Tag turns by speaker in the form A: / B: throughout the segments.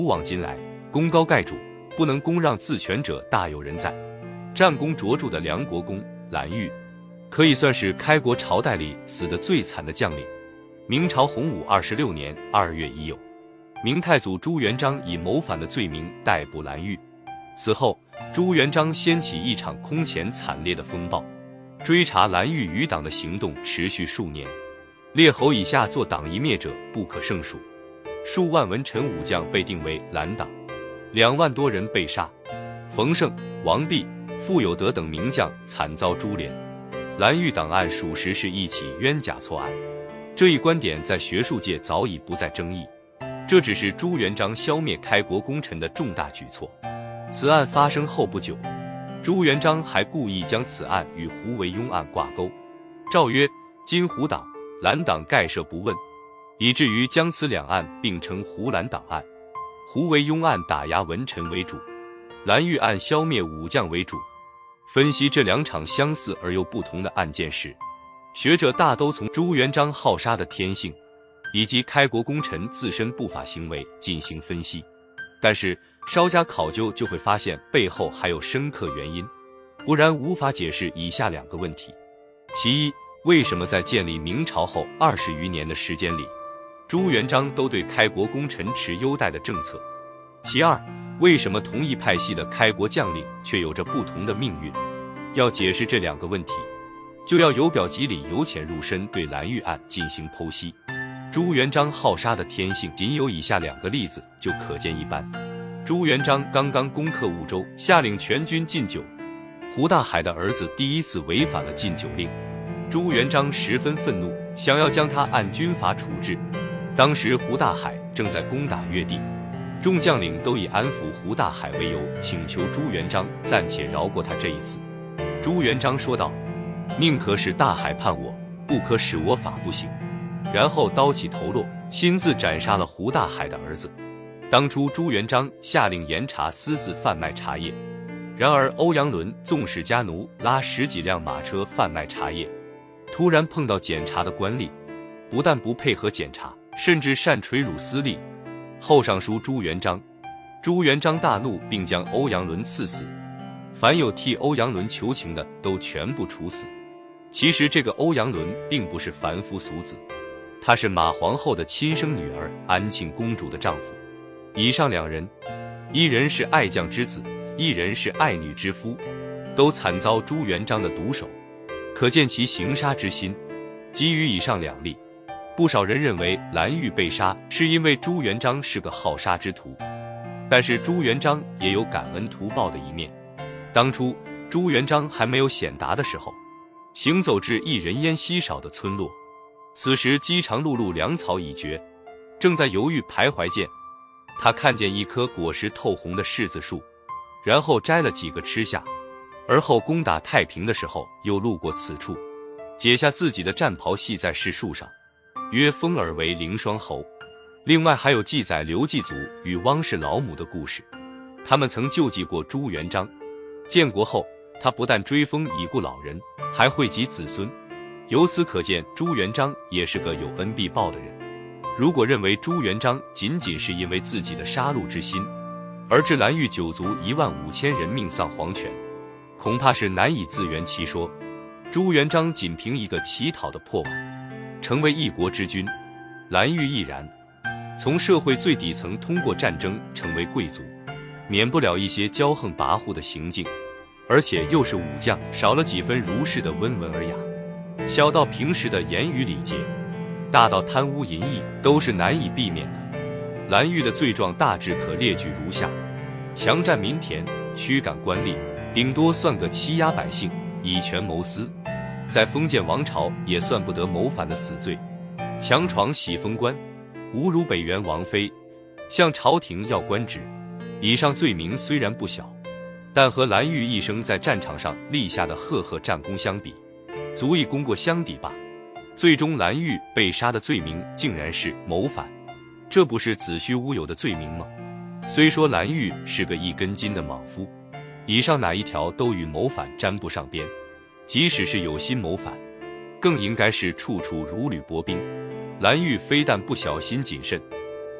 A: 古往今来，功高盖主，不能公让自全者大有人在。战功卓著的梁国公蓝玉，可以算是开国朝代里死得最惨的将领。明朝洪武26年2月已有明太祖朱元璋以谋反的罪名逮捕蓝玉。此后，朱元璋掀起一场空前惨烈的风暴，追查蓝玉余党的行动持续数年，列侯以下做党一灭者不可胜数，数万文臣武将被定为蓝党，2万多人被杀，冯胜、王弼、傅有德等名将惨遭株连。蓝玉党案属实是一起冤假错案，这一观点在学术界早已不再争议。这只是朱元璋消灭开国功臣的重大举措。此案发生后不久，朱元璋还故意将此案与胡惟庸案挂钩，诏曰：今胡党、蓝党概涉不问，以至于将此两案并称胡蓝党案。胡惟庸案打压文臣为主，蓝玉案消灭武将为主。分析这两场相似而又不同的案件时，学者大都从朱元璋好杀的天性以及开国功臣自身不法行为进行分析，但是稍加考究就会发现背后还有深刻原因，不然无法解释以下2个问题。其一，为什么在建立明朝后20余年的时间里，朱元璋都对开国功臣持优待的政策？其二，为什么同一派系的开国将领却有着不同的命运？要解释这2个问题，就要由表及里由浅入深对蓝玉案进行剖析。朱元璋好杀的天性，仅有以下2个例子就可见一斑。朱元璋刚刚攻克婺州，下令全军禁酒，胡大海的儿子第一次违反了禁酒令，朱元璋十分愤怒，想要将他按军法处置。当时胡大海正在攻打越地，众将领都以安抚胡大海为由，请求朱元璋暂且饶过他这一次。朱元璋说道：宁可使大海叛我，不可使我法不行。然后刀起头落，亲自斩杀了胡大海的儿子。当初朱元璋下令严查私自贩卖茶叶，然而欧阳伦纵使家奴拉10几辆马车贩卖茶叶，突然碰到检查的官吏，不但不配合检查，甚至擅垂辱私利，后上书朱元璋。朱元璋大怒，并将欧阳伦赐死，凡有替欧阳伦求情的都全部处死。其实这个欧阳伦并不是凡夫俗子，他是马皇后的亲生女儿安庆公主的丈夫。以上2人，一人是爱将之子，一人是爱女之夫，都惨遭朱元璋的毒手，可见其行杀之心。基于以上2例，不少人认为蓝玉被杀是因为朱元璋是个好杀之徒，但是朱元璋也有感恩图报的一面。当初朱元璋还没有显达的时候，行走至一人烟稀少的村落，此时饥肠辘辘，粮草已绝，正在犹豫徘徊间，他看见一棵果实透红的柿子树，然后摘了几个吃下，而后攻打太平的时候又路过此处，解下自己的战袍系在柿树上，曰封尔为凌霜侯。另外还有记载刘季祖与汪氏老母的故事，他们曾救济过朱元璋。建国后，他不但追封已故老人，还惠及子孙，由此可见朱元璋也是个有恩必报的人。如果认为朱元璋仅仅是因为自己的杀戮之心而致蓝玉九族15000人命丧黄泉，恐怕是难以自圆其说。朱元璋仅凭一个乞讨的破碗成为一国之君，蓝玉亦然。从社会最底层通过战争成为贵族，免不了一些骄横跋扈的行径，而且又是武将，少了几分儒士的温文尔雅。小到平时的言语礼节，大到贪污淫逸，都是难以避免的。蓝玉的罪状大致可列举如下：强占民田，驱赶官吏，顶多算个欺压百姓，以权谋私，在封建王朝也算不得谋反的死罪；强闯喜封官，侮辱北元王妃，向朝廷要官职。以上罪名虽然不小，但和蓝玉一生在战场上立下的赫赫战功相比，足以功过相抵吧。最终蓝玉被杀的罪名竟然是谋反，这不是子虚乌有的罪名吗？虽说蓝玉是个一根筋的莽夫，以上哪一条都与谋反沾不上边。即使是有心谋反，更应该是处处如履薄冰。蓝玉非但不小心谨慎，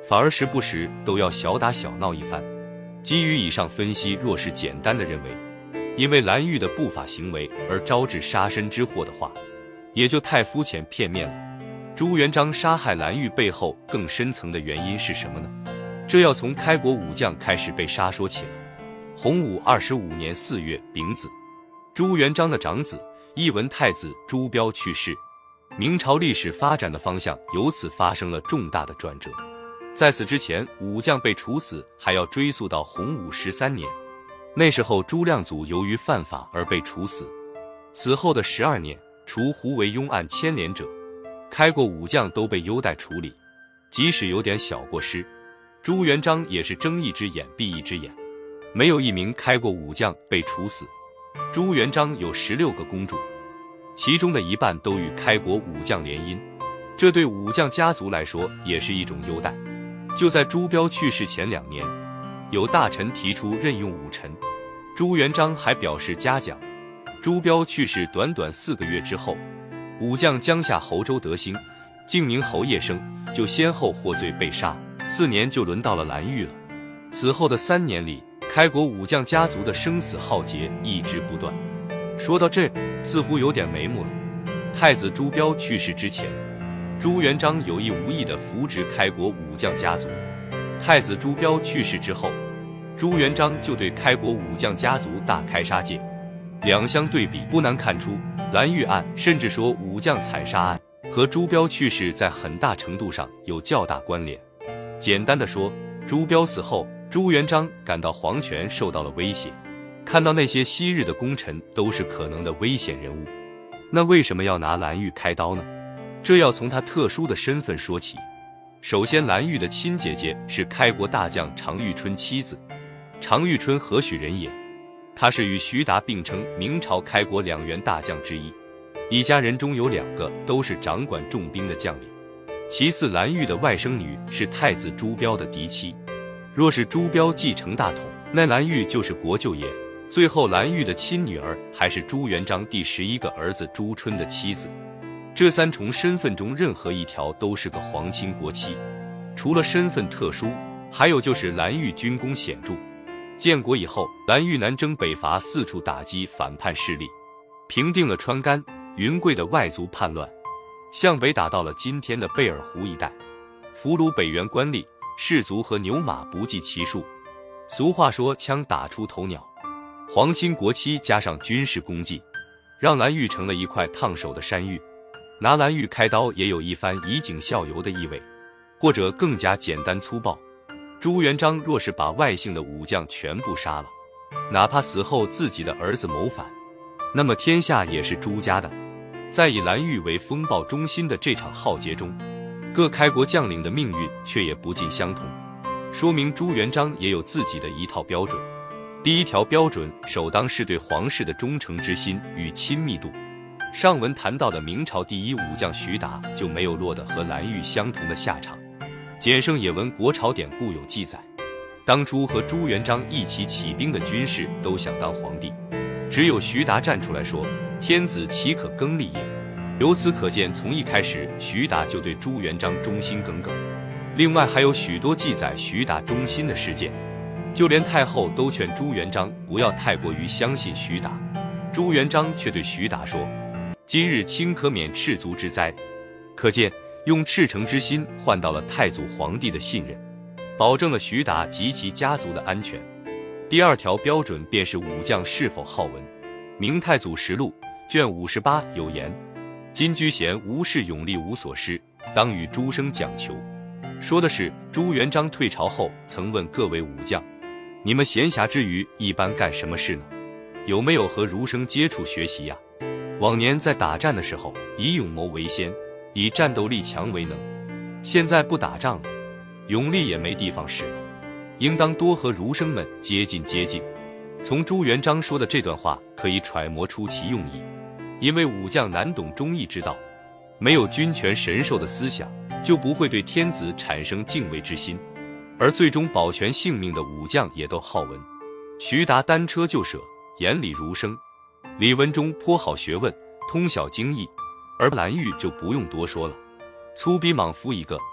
A: 反而时不时都要小打小闹一番。基于以上分析，若是简单的认为因为蓝玉的不法行为而招致杀身之祸的话，也就太肤浅片面了。朱元璋杀害蓝玉背后更深层的原因是什么呢？这要从开国武将开始被杀说起了。洪武25年4月丙子，朱元璋的长子义文太子朱标去世，明朝历史发展的方向由此发生了重大的转折。在此之前，武将被处死还要追溯到洪武13年，那时候朱亮祖由于犯法而被处死。此后的12年，除胡惟庸案牵连者，开国武将都被优待处理，即使有点小过失，朱元璋也是睁一只眼闭一只眼，没有一名开国武将被处死。朱元璋有16个公主，其中的一半都与开国武将联姻，这对武将家族来说也是一种优待。就在朱标去世前2年，有大臣提出任用武臣，朱元璋还表示嘉奖。朱标去世短短4个月之后，武将江夏侯周德兴、晋明侯叶生就先后获罪被杀，4年就轮到了蓝玉了。此后的3年里，开国武将家族的生死浩劫一直不断。说到这，似乎有点眉目了。太子朱标去世之前，朱元璋有意无意地扶植开国武将家族。太子朱标去世之后，朱元璋就对开国武将家族大开杀戒。两相对比，不难看出蓝玉案，甚至说武将惨杀案，和朱标去世在很大程度上有较大关联。简单的说，朱标死后，朱元璋感到皇权受到了威胁，看到那些昔日的功臣都是可能的危险人物，那为什么要拿蓝玉开刀呢？这要从他特殊的身份说起。首先，蓝玉的亲姐姐是开国大将常遇春妻子。常遇春何许人也？他是与徐达并称明朝开国2员大将之一，一家人中有2个都是掌管重兵的将领。其次，蓝玉的外甥女是太子朱标的嫡妻，若是朱标继承大统，那蓝玉就是国舅爷。最后，蓝玉的亲女儿还是朱元璋第11个儿子朱春的妻子。这3重身份中任何一条都是个皇亲国戚。除了身份特殊，还有就是蓝玉军功显著。建国以后，蓝玉南征北伐，四处打击反叛势力，平定了川甘、云贵的外族叛乱，向北打到了今天的贝尔湖一带，俘虏北原官吏、士族和牛马不计其数。俗话说枪打出头鸟，皇亲国戚加上军事功绩，让蓝玉成了一块烫手的山芋。拿蓝玉开刀也有一番以儆效尤的意味，或者更加简单粗暴，朱元璋若是把外姓的武将全部杀了，哪怕死后自己的儿子谋反，那么天下也是朱家的。在以蓝玉为风暴中心的这场浩劫中，各开国将领的命运却也不尽相同，说明朱元璋也有自己的一套标准。第一条标准，首当是对皇室的忠诚之心与亲密度。上文谈到的明朝第一武将徐达就没有落得和蓝玉相同的下场。简圣也闻国朝典故有记载，当初和朱元璋一起起兵的军士都想当皇帝，只有徐达站出来说：“天子岂可更立也？”由此可见，从一开始徐达就对朱元璋忠心耿耿。另外还有许多记载徐达忠心的事件，就连太后都劝朱元璋不要太过于相信徐达，朱元璋却对徐达说：“今日卿可免赤足之灾。”可见用赤诚之心换到了太祖皇帝的信任，保证了徐达及其家族的安全。第二条标准便是武将是否好文。明太祖实录卷58有言：“今居贤无事勇力无所失，当与诸生讲求。”说的是朱元璋退朝后曾问各位武将：“你们闲暇之余一般干什么事呢？有没有和儒生接触学习呀？往年在打战的时候，以勇谋为先，以战斗力强为能。现在不打仗了，勇力也没地方使了，应当多和儒生们接近接近。”从朱元璋说的这段话可以揣摩出其用意，因为武将难懂忠义之道，没有君权神授的思想，就不会对天子产生敬畏之心，而最终保全性命的武将也都好文。徐达单车就舍，言礼儒生，李文忠颇好学问，通晓经义，而蓝玉就不用多说了，粗鄙莽夫一个。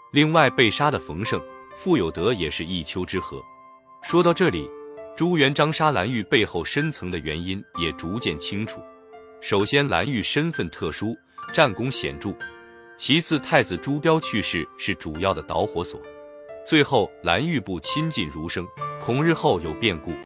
A: 另外被杀的冯胜、傅有德也是一丘之貉。说到这里，朱元璋杀蓝玉背后深层的原因也逐渐清楚。首先，蓝玉身份特殊，战功显著；其次，太子朱标去世是主要的导火索；最后，蓝玉不亲近儒生，恐日后有变故。